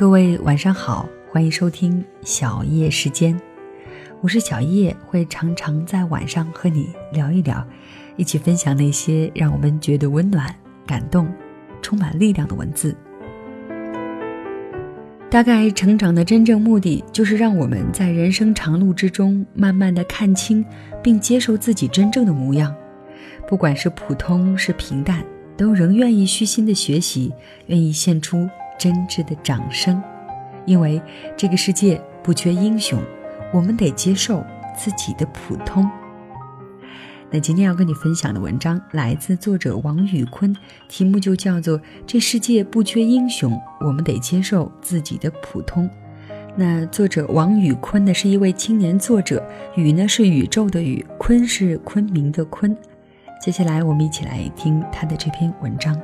各位晚上好，欢迎收听小叶时间，我是小叶，会常常在晚上和你聊一聊，一起分享那些让我们觉得温暖、感动、充满力量的文字。大概成长的真正目的，就是让我们在人生长路之中，慢慢地看清并接受自己真正的模样。不管是普通是平淡，都仍愿意虚心的学习，愿意献出真挚的掌声。因为这个世界不缺英雄，我们得接受自己的普通。那今天要跟你分享的文章来自作者王宇坤，题目就叫做这世界不缺英雄，我们得接受自己的普通。那作者王宇坤呢，是一位青年作者，宇呢是宇宙的宇，坤是昆明的坤。接下来我们一起来听他的这篇文章。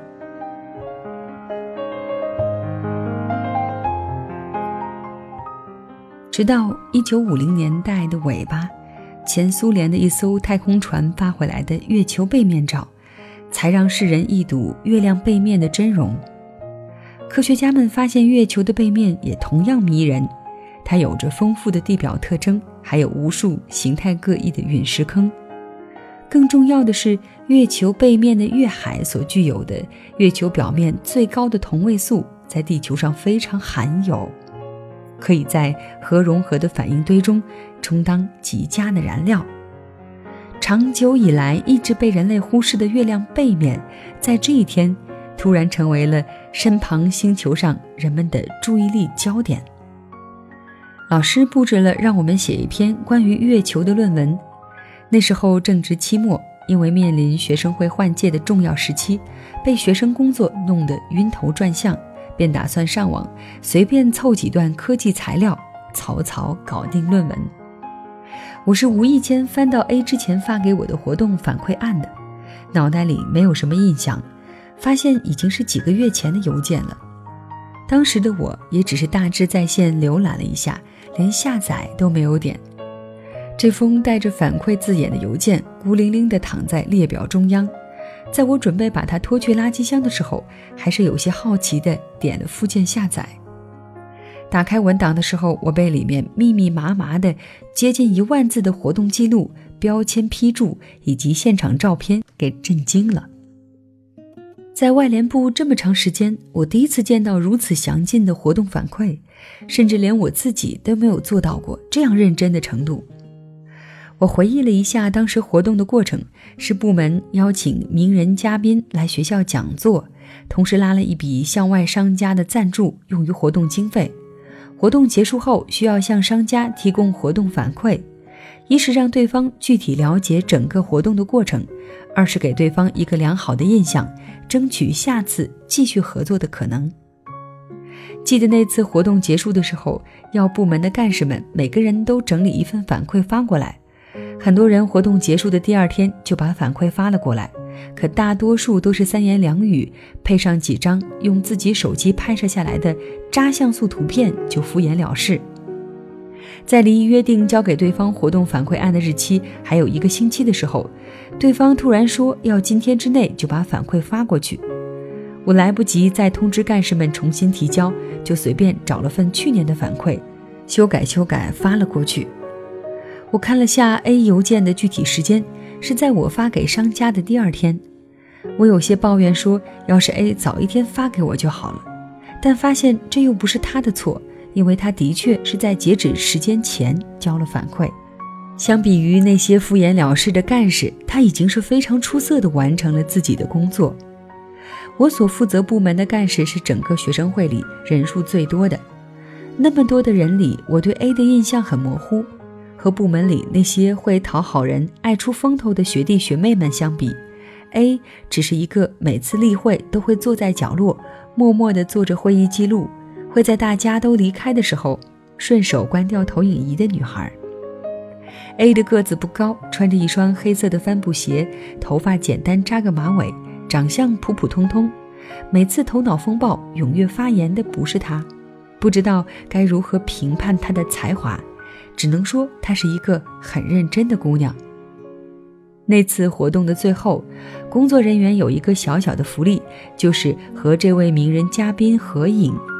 直到1950年代的尾巴，前苏联的一艘太空船发回来的月球背面照，才让世人一睹月亮背面的真容。科学家们发现月球的背面也同样迷人，它有着丰富的地表特征，还有无数形态各异的陨石坑。更重要的是，月球背面的月海所具有的月球表面最高的同位素，在地球上非常罕有，可以在核融合的反应堆中充当极佳的燃料。长久以来一直被人类忽视的月亮背面，在这一天突然成为了身旁星球上人们的注意力焦点。老师布置了让我们写一篇关于月球的论文。那时候正值期末，因为面临学生会换届的重要时期，被学生工作弄得晕头转向，便打算上网随便凑几段科技材料，草草搞定论文。我是无意间翻到 A 之前发给我的活动反馈案的，脑袋里没有什么印象，发现已经是几个月前的邮件了。当时的我也只是大致在线浏览了一下，连下载都没有点。这封带着反馈字眼的邮件孤零零地躺在列表中央，在我准备把它拖去垃圾箱的时候，还是有些好奇地点了附件下载。打开文档的时候，我被里面密密麻麻的接近1万字的活动记录、标签批注以及现场照片给震惊了。在外联部这么长时间，我第一次见到如此详尽的活动反馈，甚至连我自己都没有做到过这样认真的程度。我回忆了一下当时活动的过程，是部门邀请名人嘉宾来学校讲座，同时拉了一笔向外商家的赞助用于活动经费。活动结束后需要向商家提供活动反馈，一是让对方具体了解整个活动的过程，二是给对方一个良好的印象，争取下次继续合作的可能。记得那次活动结束的时候，要部门的干事们每个人都整理一份反馈发过来。很多人活动结束的第二天就把反馈发了过来，可大多数都是3言2语，配上几张用自己手机拍摄下来的渣像素图片就敷衍了事。在离约定交给对方活动反馈案的日期还有1个星期的时候，对方突然说要今天之内就把反馈发过去。我来不及再通知干事们重新提交，就随便找了份去年的反馈，修改发了过去。我看了下 A 邮件的具体时间，是在我发给商家的第2天。我有些抱怨说，要是 A 早1天发给我就好了，但发现这又不是他的错，因为他的确是在截止时间前交了反馈。相比于那些敷衍了事的干事，他已经是非常出色地完成了自己的工作。我所负责部门的干事是整个学生会里人数最多的，那么多的人里，我对 A 的印象很模糊。和部门里那些会讨好人、爱出风头的学弟学妹们相比， A 只是一个每次例会都会坐在角落，默默地做着会议记录，会在大家都离开的时候顺手关掉投影仪的女孩。A 的个子不高，穿着一双黑色的帆布鞋，头发简单扎个马尾，长相普普通通。每次头脑风暴踊跃发言的不是她，不知道该如何评判她的才华，只能说她是一个很认真的姑娘。那次活动的最后，工作人员有一个小小的福利，就是和这位名人嘉宾合影。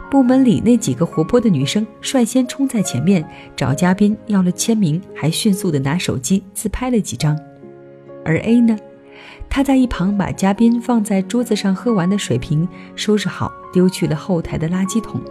部门里那几个活泼的女生率先冲在前面找嘉宾要了签名，还迅速地拿手机自拍了几张。而 A 呢，他在一旁把嘉宾放在桌子上喝完的水瓶收拾好，丢去了后台的垃圾桶。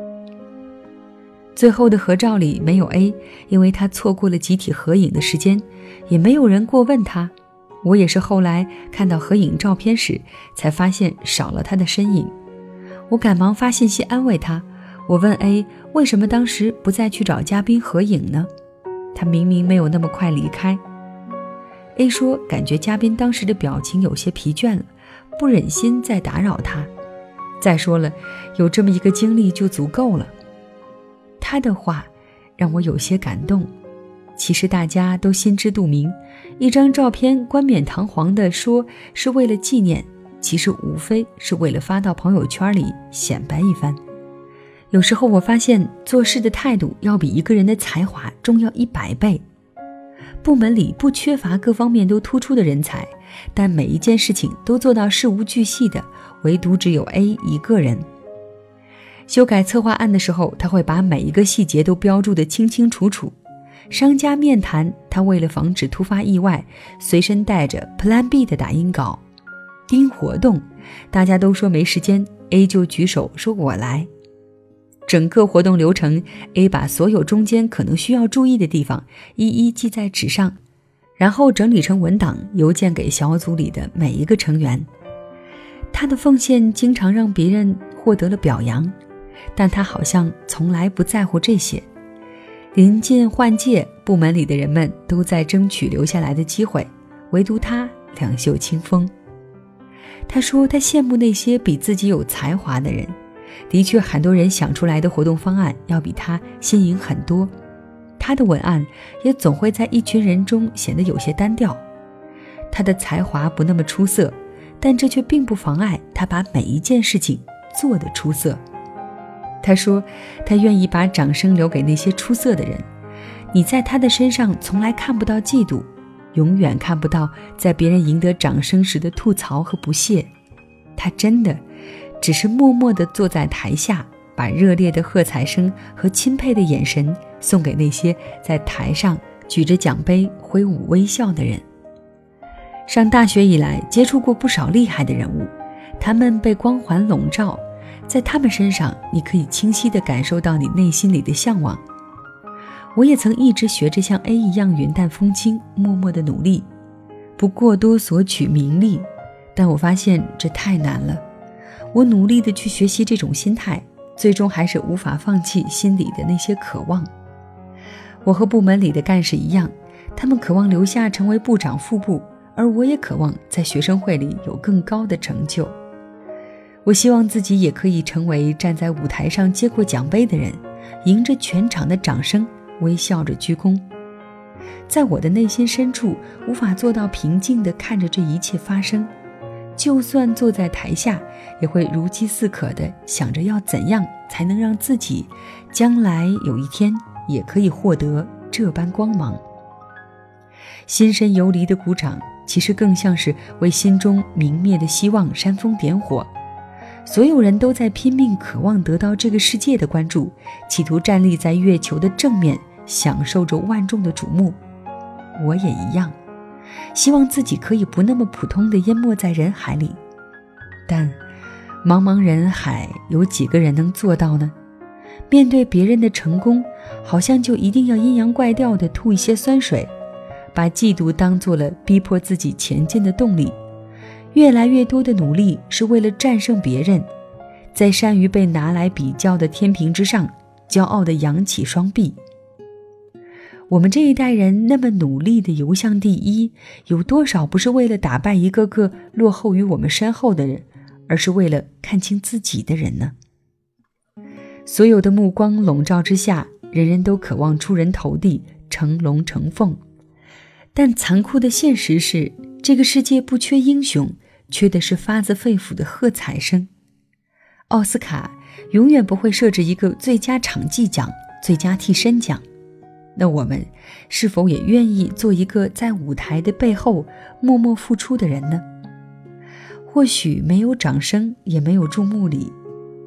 最后的合照里没有 A， 因为他错过了集体合影的时间，也没有人过问他。我也是后来看到合影照片时才发现少了他的身影。我赶忙发信息安慰他，我问 A 为什么当时不再去找嘉宾合影呢？他明明没有那么快离开。A 说感觉嘉宾当时的表情有些疲倦了，不忍心再打扰他。再说了，有这么一个经历就足够了。他的话让我有些感动。其实大家都心知肚明，一张照片冠冕堂皇地说是为了纪念，其实无非是为了发到朋友圈里显摆一番。有时候我发现做事的态度要比一个人的才华重要100倍。部门里不缺乏各方面都突出的人才，但每一件事情都做到事无巨细的，唯独只有 A 一个人。修改策划案的时候，他会把每一个细节都标注得清清楚楚。商家面谈，他为了防止突发意外，随身带着 Plan B 的打印稿。盯活动，大家都说没时间， A 就举手说我来。整个活动流程， A 把所有中间可能需要注意的地方一一记在纸上，然后整理成文档邮件给小组里的每一个成员。他的奉献经常让别人获得了表扬，但他好像从来不在乎这些。临近换届，部门里的人们都在争取留下来的机会，唯独他两袖清风。他说他羡慕那些比自己有才华的人，的确很多人想出来的活动方案要比他新颖很多，他的文案也总会在一群人中显得有些单调。他的才华不那么出色，但这却并不妨碍他把每一件事情做得出色。他说他愿意把掌声留给那些出色的人，你在他的身上从来看不到嫉妒，永远看不到在别人赢得掌声时的吐槽和不屑。他真的只是默默地坐在台下，把热烈的喝彩声和钦佩的眼神送给那些在台上举着奖杯挥舞微笑的人。上大学以来接触过不少厉害的人物，他们被光环笼罩，在他们身上你可以清晰地感受到你内心里的向往。我也曾一直学着像 A 一样云淡风轻，默默地努力，不过多索取名利，但我发现这太难了。我努力地去学习这种心态，最终还是无法放弃心里的那些渴望。我和部门里的干事一样，他们渴望留下成为部长副部，而我也渴望在学生会里有更高的成就。我希望自己也可以成为站在舞台上接过奖杯的人，迎着全场的掌声微笑着鞠躬。在我的内心深处，无法做到平静地看着这一切发生，就算坐在台下，也会如饥似渴地想着要怎样才能让自己将来有一天也可以获得这般光芒。心神游离的鼓掌，其实更像是为心中明灭的希望煽风点火。所有人都在拼命渴望得到这个世界的关注，企图站立在月球的正面，享受着万众的瞩目。我也一样，希望自己可以不那么普通地淹没在人海里。但茫茫人海，有几个人能做到呢？面对别人的成功，好像就一定要阴阳怪调地吐一些酸水，把嫉妒当作了逼迫自己前进的动力。越来越多的努力是为了战胜别人，在善于被拿来比较的天平之上，骄傲地扬起双臂。我们这一代人那么努力地游向第一，有多少不是为了打败一个个落后于我们身后的人，而是为了看清自己的人呢？所有的目光笼罩之下，人人都渴望出人头地，成龙成凤。但残酷的现实是，这个世界不缺英雄，缺的是发自肺腑的喝彩声。奥斯卡永远不会设置一个最佳场记奖、最佳替身奖。那我们是否也愿意做一个在舞台的背后默默付出的人呢？或许没有掌声，也没有注目礼，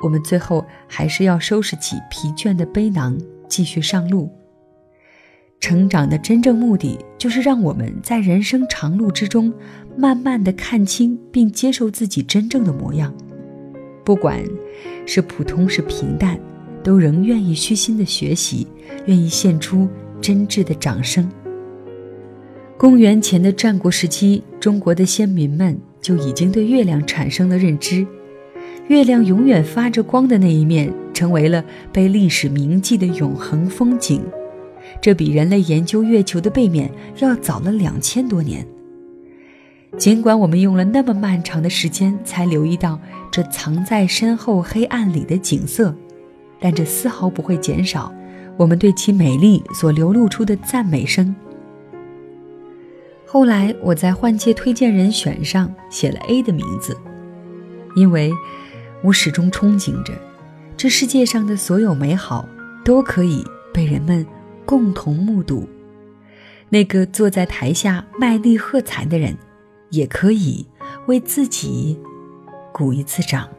我们最后还是要收拾起疲倦的背囊，继续上路。成长的真正目的，就是让我们在人生长路之中，慢慢地看清并接受自己真正的模样。不管是普通是平淡，都仍愿意虚心的学习，愿意献出真挚的掌声。公元前的战国时期，中国的先民们就已经对月亮产生了认知，月亮永远发着光的那一面，成为了被历史铭记的永恒风景。这比人类研究月球的背面要早了2000多年。尽管我们用了那么漫长的时间才留意到这藏在身后黑暗里的景色，但这丝毫不会减少我们对其美丽所流露出的赞美声。后来我在换届推荐人选上写了 A 的名字，因为我始终憧憬着这世界上的所有美好都可以被人们共同目睹，那个坐在台下卖力喝彩的人也可以为自己鼓一次掌。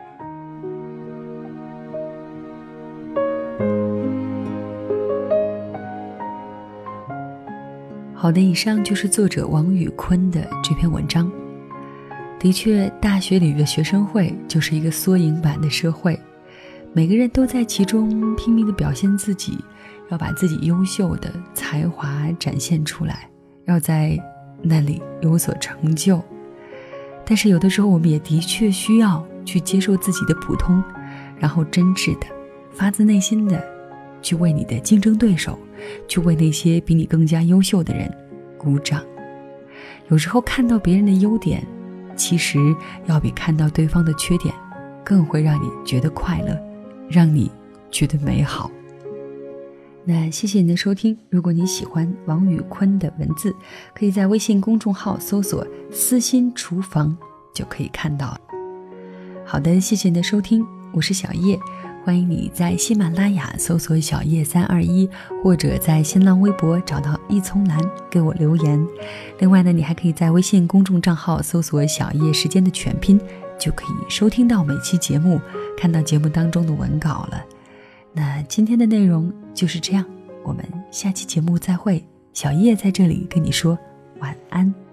好的，以上就是作者王宇坤的这篇文章。的确，大学里的学生会就是一个缩影版的社会，每个人都在其中拼命地表现自己，要把自己优秀的才华展现出来，要在那里有所成就。但是有的时候我们也的确需要去接受自己的普通，然后真挚的发自内心的去为你的竞争对手，去为那些比你更加优秀的人鼓掌。有时候看到别人的优点，其实要比看到对方的缺点更会让你觉得快乐，让你觉得美好。那谢谢你的收听，如果你喜欢王宇坤的文字，可以在微信公众号搜索私心厨房就可以看到。好的，谢谢你的收听，我是小叶，欢迎你在喜马拉雅搜索小叶321，或者在新浪微博找到一丛蓝给我留言。另外呢，你还可以在微信公众账号搜索小叶时间的全拼，就可以收听到每期节目，看到节目当中的文稿了。那今天的内容就是这样，我们下期节目再会，小叶在这里跟你说晚安。